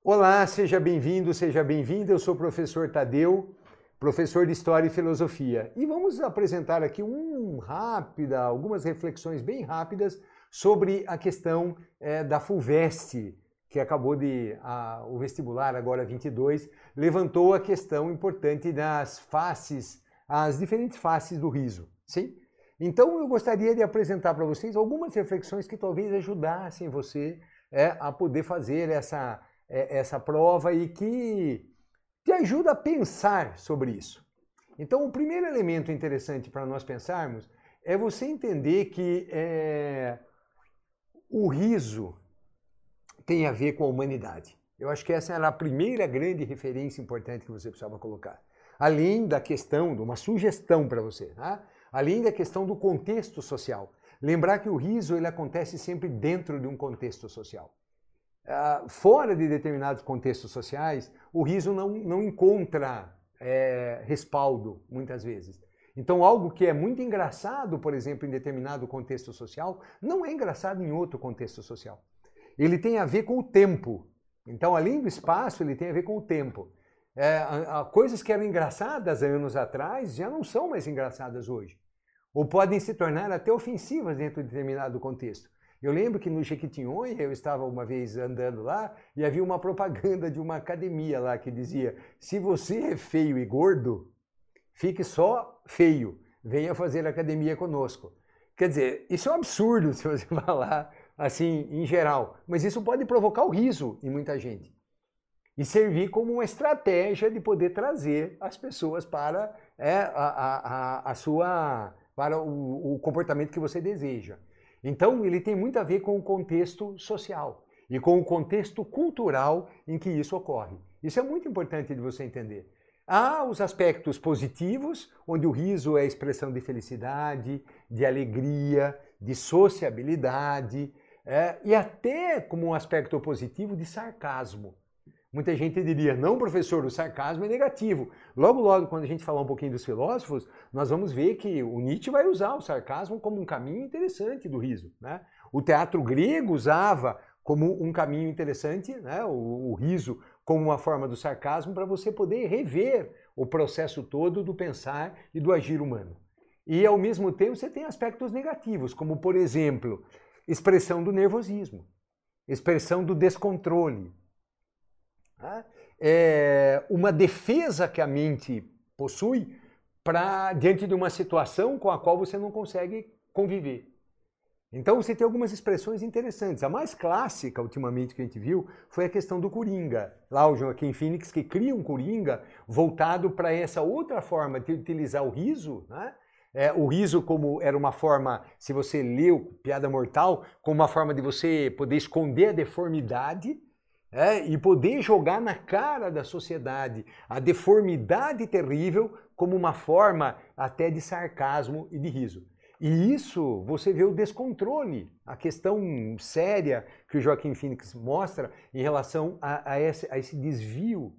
Olá, seja bem-vindo, seja bem-vinda. Eu sou o professor Tadeu, professor de História e Filosofia. E vamos apresentar aqui algumas reflexões bem rápidas sobre a questão da FUVEST, que acabou o vestibular agora 22, levantou a questão importante das faces, as diferentes faces do riso, sim? Então eu gostaria de apresentar para vocês algumas reflexões que talvez ajudassem você a poder fazer essa prova e que te ajuda a pensar sobre isso. Então, o primeiro elemento interessante para nós pensarmos é você entender que o riso tem a ver com a humanidade. Eu acho que essa era a primeira grande referência importante que você precisava colocar. Além da questão, de uma sugestão para você, tá? Além da questão do contexto social. Lembrar que o riso ele acontece sempre dentro de um contexto social. Fora de determinados contextos sociais, o riso não encontra respaldo, muitas vezes. Então, algo que é muito engraçado, por exemplo, em determinado contexto social, não é engraçado em outro contexto social. Ele tem a ver com o tempo. Então, além do espaço, ele tem a ver com o tempo. Coisas que eram engraçadas há anos atrás já não são mais engraçadas hoje. Ou podem se tornar até ofensivas dentro de determinado contexto. Eu lembro que no Jequitinhonha eu estava uma vez andando lá e havia uma propaganda de uma academia lá que dizia: se você é feio e gordo, fique só feio, venha fazer academia conosco. Quer dizer, isso é um absurdo se você falar assim em geral, mas isso pode provocar o riso em muita gente e servir como uma estratégia de poder trazer as pessoas para para o comportamento que você deseja. Então, ele tem muito a ver com o contexto social e com o contexto cultural em que isso ocorre. Isso é muito importante de você entender. Há os aspectos positivos, onde o riso é a expressão de felicidade, de alegria, de sociabilidade, e até como um aspecto positivo de sarcasmo. Muita gente diria, não, professor, o sarcasmo é negativo. Logo, logo, quando a gente falar um pouquinho dos filósofos, nós vamos ver que o Nietzsche vai usar o sarcasmo como um caminho interessante do riso, né? O teatro grego usava como um caminho interessante, né, o riso como uma forma do sarcasmo para você poder rever o processo todo do pensar e do agir humano. E, ao mesmo tempo, você tem aspectos negativos, como, por exemplo, expressão do nervosismo, expressão do descontrole, uma defesa que a mente possui diante de uma situação com a qual você não consegue conviver. Então você tem algumas expressões interessantes. A mais clássica, ultimamente, que a gente viu, foi a questão do Coringa. Lá o Joaquim Phoenix, que cria um Coringa voltado para essa outra forma de utilizar o riso, né? O riso como era uma forma, se você leu Piada Mortal, como uma forma de você poder esconder a deformidade, e poder jogar na cara da sociedade a deformidade terrível como uma forma até de sarcasmo e de riso. E isso você vê o descontrole, a questão séria que o Joaquim Phoenix mostra em relação a esse desvio,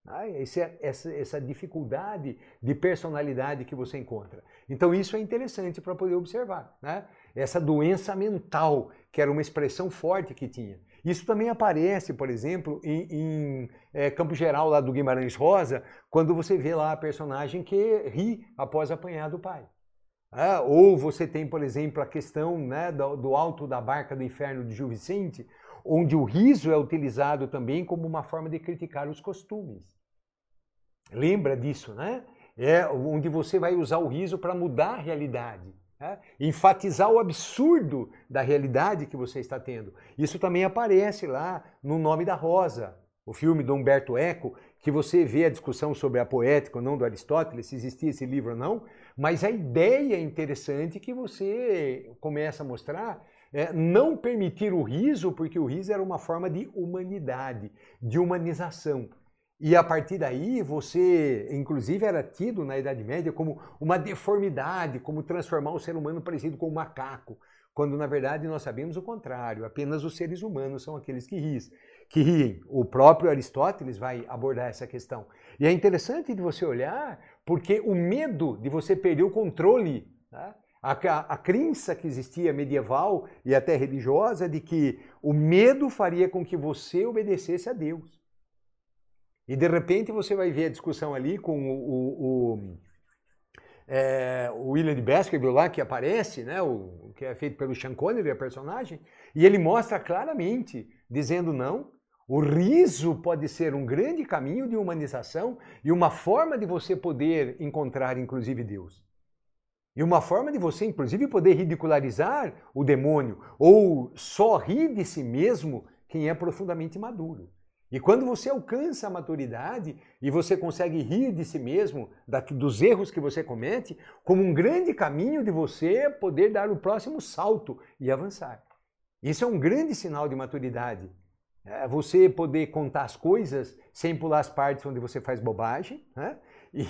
essa dificuldade de personalidade que você encontra. Então isso é interessante para poder observar, né? Essa doença mental, que era uma expressão forte que tinha. Isso também aparece, por exemplo, em Campo Geral, lá do Guimarães Rosa, quando você vê lá a personagem que ri após apanhar do pai. Ou você tem, por exemplo, a questão, né, do Alto da Barca do Inferno de Gil Vicente, onde o riso é utilizado também como uma forma de criticar os costumes. Lembra disso, né? Onde você vai usar o riso para mudar a realidade. Enfatizar o absurdo da realidade que você está tendo. Isso também aparece lá no Nome da Rosa, o filme do Humberto Eco, que você vê a discussão sobre a poética ou não do Aristóteles, se existia esse livro ou não, mas a ideia interessante que você começa a mostrar não permitir o riso, porque o riso era uma forma de humanidade, de humanização. E a partir daí você, inclusive, era tido na Idade Média como uma deformidade, como transformar o ser humano parecido com um macaco, quando na verdade nós sabemos o contrário, apenas os seres humanos são aqueles que riem. O próprio Aristóteles vai abordar essa questão. E é interessante de você olhar, porque o medo de você perder o controle, tá? A crença que existia medieval e até religiosa de que o medo faria com que você obedecesse a Deus. E de repente você vai ver a discussão ali com o William de Baskerville lá, que aparece, né, que é feito pelo Sean Connery, a personagem, e ele mostra claramente, dizendo não, o riso pode ser um grande caminho de humanização e uma forma de você poder encontrar, inclusive, Deus. E uma forma de você, inclusive, poder ridicularizar o demônio ou só rir de si mesmo quem é profundamente maduro. E quando você alcança a maturidade e você consegue rir de si mesmo, dos erros que você comete, como um grande caminho de você poder dar o próximo salto e avançar. Isso é um grande sinal de maturidade. É você poder contar as coisas sem pular as partes onde você faz bobagem, né?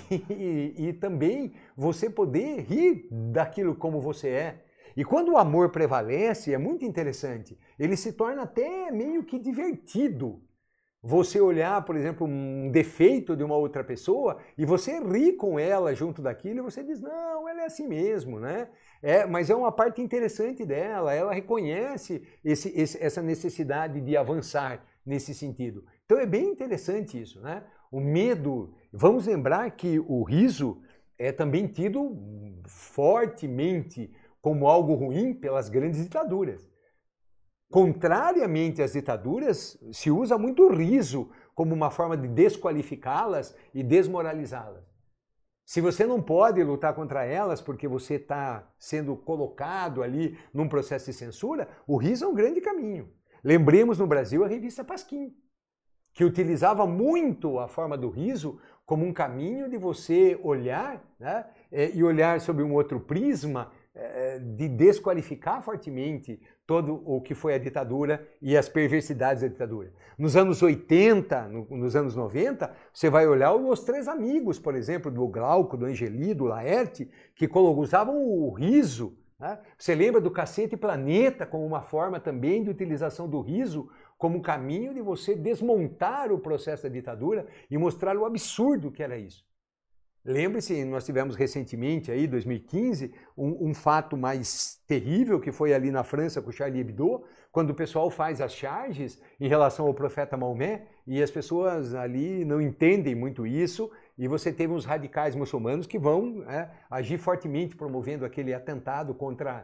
E também você poder rir daquilo como você é. E quando o amor prevalece, é muito interessante, ele se torna até meio que divertido. Você olhar, por exemplo, um defeito de uma outra pessoa e você ri com ela junto daquilo e você diz, não, ela é assim mesmo, né? Mas é uma parte interessante dela, ela reconhece essa necessidade de avançar nesse sentido. Então é bem interessante isso, né? O medo, vamos lembrar que o riso é também tido fortemente como algo ruim pelas grandes ditaduras. Contrariamente às ditaduras, se usa muito o riso como uma forma de desqualificá-las e desmoralizá-las. Se você não pode lutar contra elas porque você está sendo colocado ali num processo de censura, o riso é um grande caminho. Lembremos no Brasil a revista Pasquim, que utilizava muito a forma do riso como um caminho de você olhar, né, e olhar sob um outro prisma, de desqualificar fortemente todo o que foi a ditadura e as perversidades da ditadura. Nos anos 80, nos anos 90, você vai olhar os Três Amigos, por exemplo, do Glauco, do Angeli, do Laerte, que usavam o riso. Né? Você lembra do Cacete Planeta como uma forma também de utilização do riso como um caminho de você desmontar o processo da ditadura e mostrar o absurdo que era isso. Lembre-se, nós tivemos recentemente, aí, 2015, um fato mais terrível que foi ali na França com o Charlie Hebdo, quando o pessoal faz as charges em relação ao profeta Maomé e as pessoas ali não entendem muito isso e você teve uns radicais muçulmanos que vão agir fortemente promovendo aquele atentado contra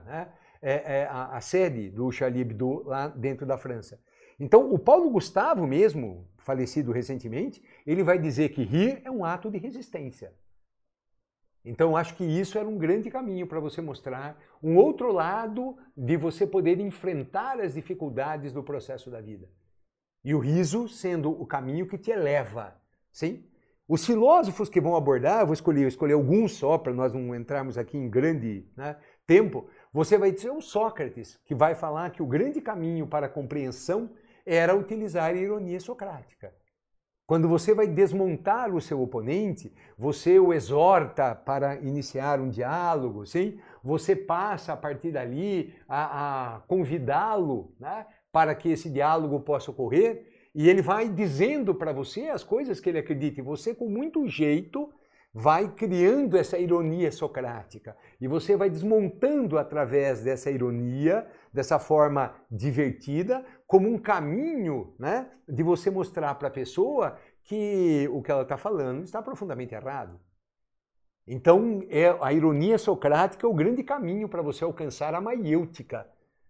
a sede do Charlie Hebdo lá dentro da França. Então, o Paulo Gustavo mesmo, falecido recentemente, ele vai dizer que rir é um ato de resistência. Então, acho que isso era um grande caminho para você mostrar um outro lado de você poder enfrentar as dificuldades do processo da vida. E o riso sendo o caminho que te eleva, sim? Os filósofos que vão abordar, eu vou escolher alguns só, para nós não entrarmos aqui em grande tempo, você vai dizer o Sócrates, que vai falar que o grande caminho para a compreensão era utilizar a ironia socrática. Quando você vai desmontar o seu oponente, você o exorta para iniciar um diálogo, sim? Você passa a partir dali a convidá-lo, né, para que esse diálogo possa ocorrer e ele vai dizendo para você as coisas que ele acredita e você com muito jeito vai criando essa ironia socrática e você vai desmontando através dessa ironia, dessa forma divertida, como um caminho, né, de você mostrar para a pessoa que o que ela está falando está profundamente errado. Então, a ironia socrática é o grande caminho para você alcançar a maiêutica.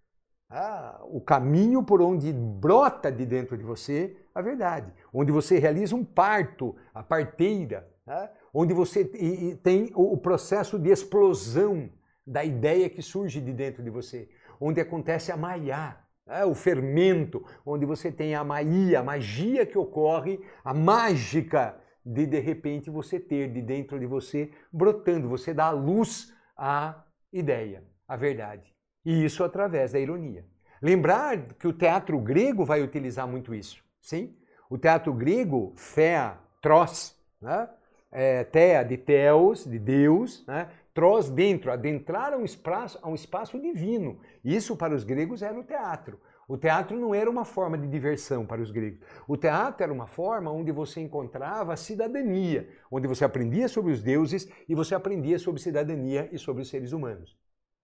O caminho por onde brota de dentro de você a verdade, onde você realiza um parto, a parteira, onde você tem o processo de explosão da ideia que surge de dentro de você, onde acontece a maiá, o fermento, onde você tem a magia que ocorre, a mágica de repente você ter de dentro de você brotando, você dá à luz à ideia, à verdade. E isso através da ironia. Lembrar que o teatro grego vai utilizar muito isso, sim? O teatro grego, fé, tros, né? Thea de Theos, de Deus, né? Tros dentro, adentrar a um espaço divino. Isso para os gregos era o teatro. O teatro não era uma forma de diversão para os gregos. O teatro era uma forma onde você encontrava a cidadania, onde você aprendia sobre os deuses e você aprendia sobre cidadania e sobre os seres humanos.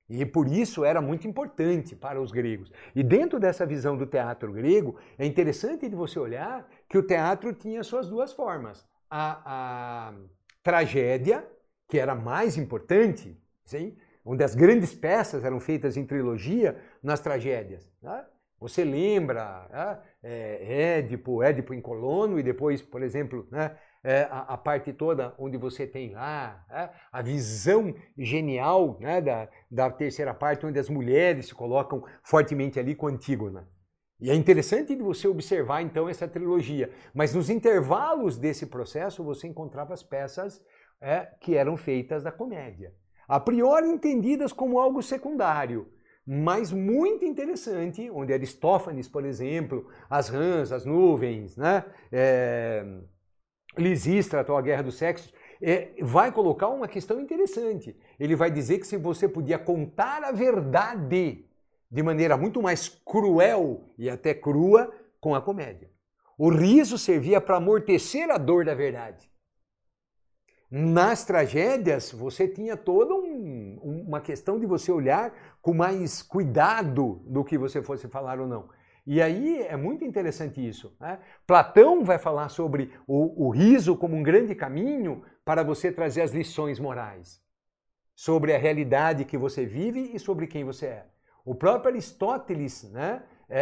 E por isso era muito importante para os gregos. E dentro dessa visão do teatro grego, é interessante de você olhar que o teatro tinha suas duas formas. A tragédia, que era mais importante, sim? Onde as grandes peças eram feitas em trilogia nas tragédias. Né? Você lembra Édipo em Colono e depois, por exemplo, né, a parte toda onde você tem lá a visão genial, né, da terceira parte, onde as mulheres se colocam fortemente ali com Antígona. E é interessante de você observar então essa trilogia, mas nos intervalos desse processo você encontrava as peças que eram feitas da comédia. A priori entendidas como algo secundário, mas muito interessante, onde Aristófanes, por exemplo, as rãs, as nuvens, né? Lisístrato, a Guerra dos Sexos, vai colocar uma questão interessante. Ele vai dizer que se você podia contar a verdade de maneira muito mais cruel e até crua com a comédia. O riso servia para amortecer a dor da verdade. Nas tragédias, você tinha toda uma questão de você olhar com mais cuidado do que você fosse falar ou não. E aí é muito interessante isso. Né? Platão vai falar sobre o riso como um grande caminho para você trazer as lições morais. Sobre a realidade que você vive e sobre quem você é. O próprio Aristóteles, né?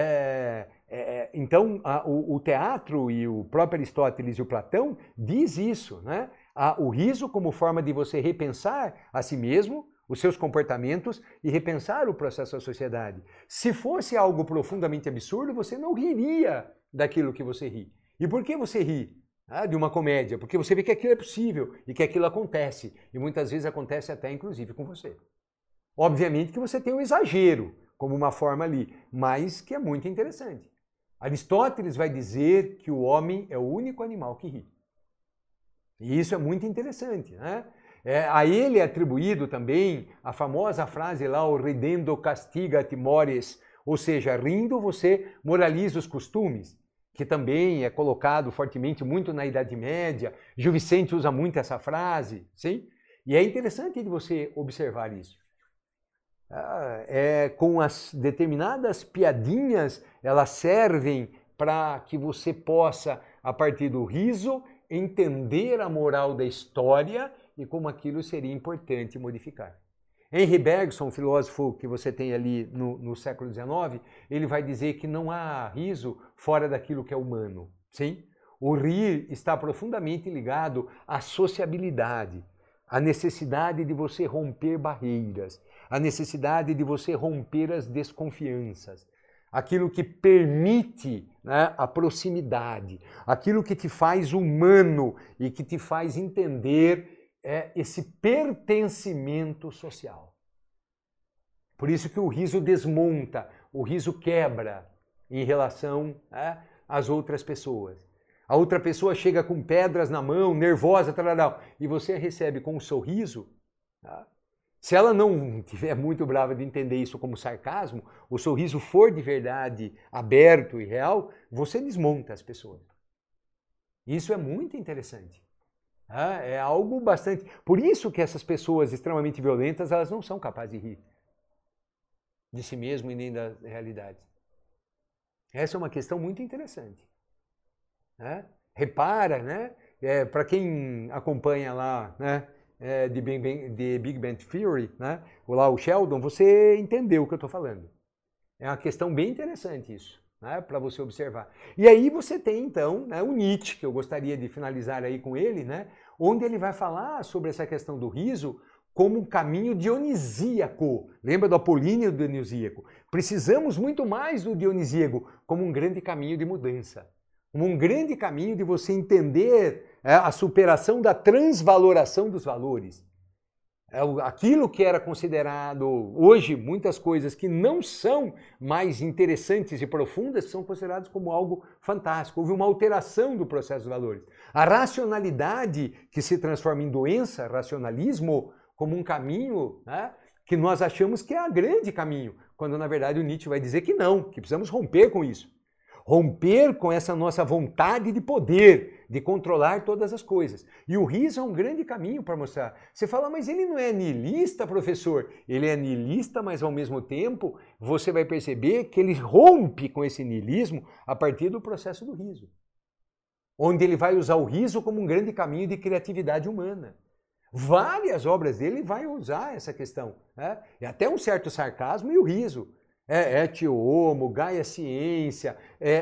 Então o teatro e o próprio Aristóteles e o Platão diz isso, né? O riso como forma de você repensar a si mesmo, os seus comportamentos e repensar o processo da sociedade. Se fosse algo profundamente absurdo, você não riria daquilo que você ri. E por que você ri de uma comédia? Porque você vê que aquilo é possível e que aquilo acontece. E muitas vezes acontece até inclusive com você. Obviamente que você tem um exagero como uma forma ali, mas que é muito interessante. Aristóteles vai dizer que o homem é o único animal que ri. E isso é muito interessante, né? A ele é atribuído também a famosa frase lá, o ridendo castiga timores, ou seja, rindo você moraliza os costumes, que também é colocado fortemente muito na Idade Média. Gil Vicente usa muito essa frase, sim? E é interessante de você observar isso. Com as determinadas piadinhas, elas servem para que você possa, a partir do riso, entender a moral da história e como aquilo seria importante modificar. Henri Bergson, filósofo que você tem ali no século XIX, ele vai dizer que não há riso fora daquilo que é humano. Sim? O rir está profundamente ligado à sociabilidade, à necessidade de você romper barreiras, à necessidade de você romper as desconfianças, aquilo que permite, né, a proximidade, aquilo que te faz humano e que te faz entender esse pertencimento social. Por isso que o riso desmonta, o riso quebra em relação às outras pessoas. A outra pessoa chega com pedras na mão, nervosa, tararau, e você recebe com um sorriso. Tá? Se ela não estiver muito brava de entender isso como sarcasmo, o sorriso for de verdade aberto e real, você desmonta as pessoas. Isso é muito interessante. É algo bastante... Por isso que essas pessoas extremamente violentas, elas não são capazes de rir de si mesmo e nem da realidade. Essa é uma questão muito interessante. Repara, né? Para quem acompanha lá, né? De Big Bang Theory, né? Lá o Sheldon, você entendeu o que eu estou falando. É uma questão bem interessante isso, né? Para você observar. E aí você tem então, né, o Nietzsche, que eu gostaria de finalizar aí com ele, né? Onde ele vai falar sobre essa questão do riso como um caminho dionisíaco. Lembra do apolíneo dionisíaco? Precisamos muito mais do dionisíaco como um grande caminho de mudança. Como um grande caminho de você entender a superação da transvaloração dos valores. Aquilo que era considerado hoje, muitas coisas que não são mais interessantes e profundas, são consideradas como algo fantástico. Houve uma alteração do processo de valores. A racionalidade que se transforma em doença, racionalismo, como um caminho, né, que nós achamos que é o grande caminho, quando na verdade o Nietzsche vai dizer que não, que precisamos romper com isso. Romper com essa nossa vontade de poder, de controlar todas as coisas. E o riso é um grande caminho para mostrar. Você fala, mas ele não é niilista, professor? Ele é niilista, mas ao mesmo tempo você vai perceber que ele rompe com esse niilismo a partir do processo do riso. Onde ele vai usar o riso como um grande caminho de criatividade humana. Várias obras dele vai usar essa questão, né? E até um certo sarcasmo e o riso. Ecce Homo, Gaia Ciência,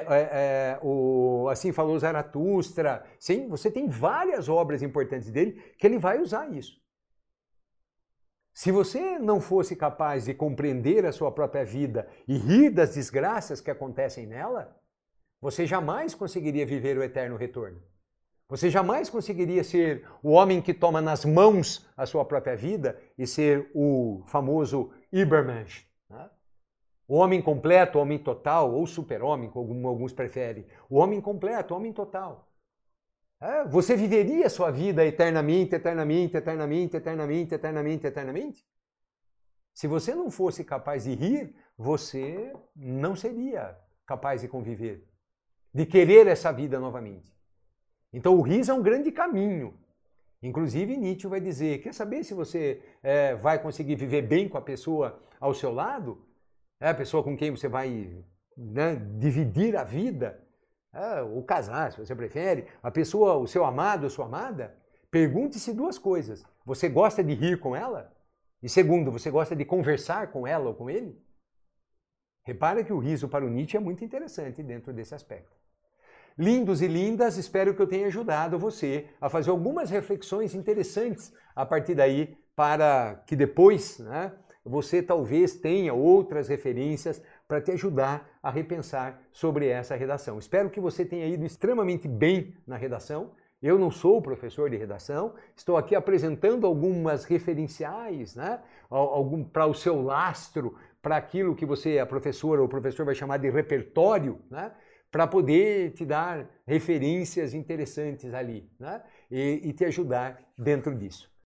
Assim Falou Zaratustra. Sim, você tem várias obras importantes dele que ele vai usar isso. Se você não fosse capaz de compreender a sua própria vida e rir das desgraças que acontecem nela, você jamais conseguiria viver o eterno retorno. Você jamais conseguiria ser o homem que toma nas mãos a sua própria vida e ser o famoso Übermensch. Né? O homem completo, o homem total, ou super-homem, como alguns preferem. O homem completo, o homem total. Você viveria a sua vida eternamente, eternamente, eternamente, eternamente, eternamente, eternamente? Se você não fosse capaz de rir, você não seria capaz de conviver, de querer essa vida novamente. Então o riso é um grande caminho. Inclusive Nietzsche vai dizer, quer saber se você vai conseguir viver bem com a pessoa ao seu lado? A pessoa com quem você vai, né, dividir a vida, ou casar, se você prefere, a pessoa, o seu amado ou sua amada, pergunte-se duas coisas. Você gosta de rir com ela? E segundo, você gosta de conversar com ela ou com ele? Repara que o riso para o Nietzsche é muito interessante dentro desse aspecto. Lindos e lindas, espero que eu tenha ajudado você a fazer algumas reflexões interessantes a partir daí, para que depois, né, você talvez tenha outras referências para te ajudar a repensar sobre essa redação. Espero que você tenha ido extremamente bem na redação. Eu não sou professor de redação, estou aqui apresentando algumas referenciais, né, para o seu lastro, para aquilo que você, a professora ou o professor vai chamar de repertório, né, para poder te dar referências interessantes ali, né, e te ajudar dentro disso.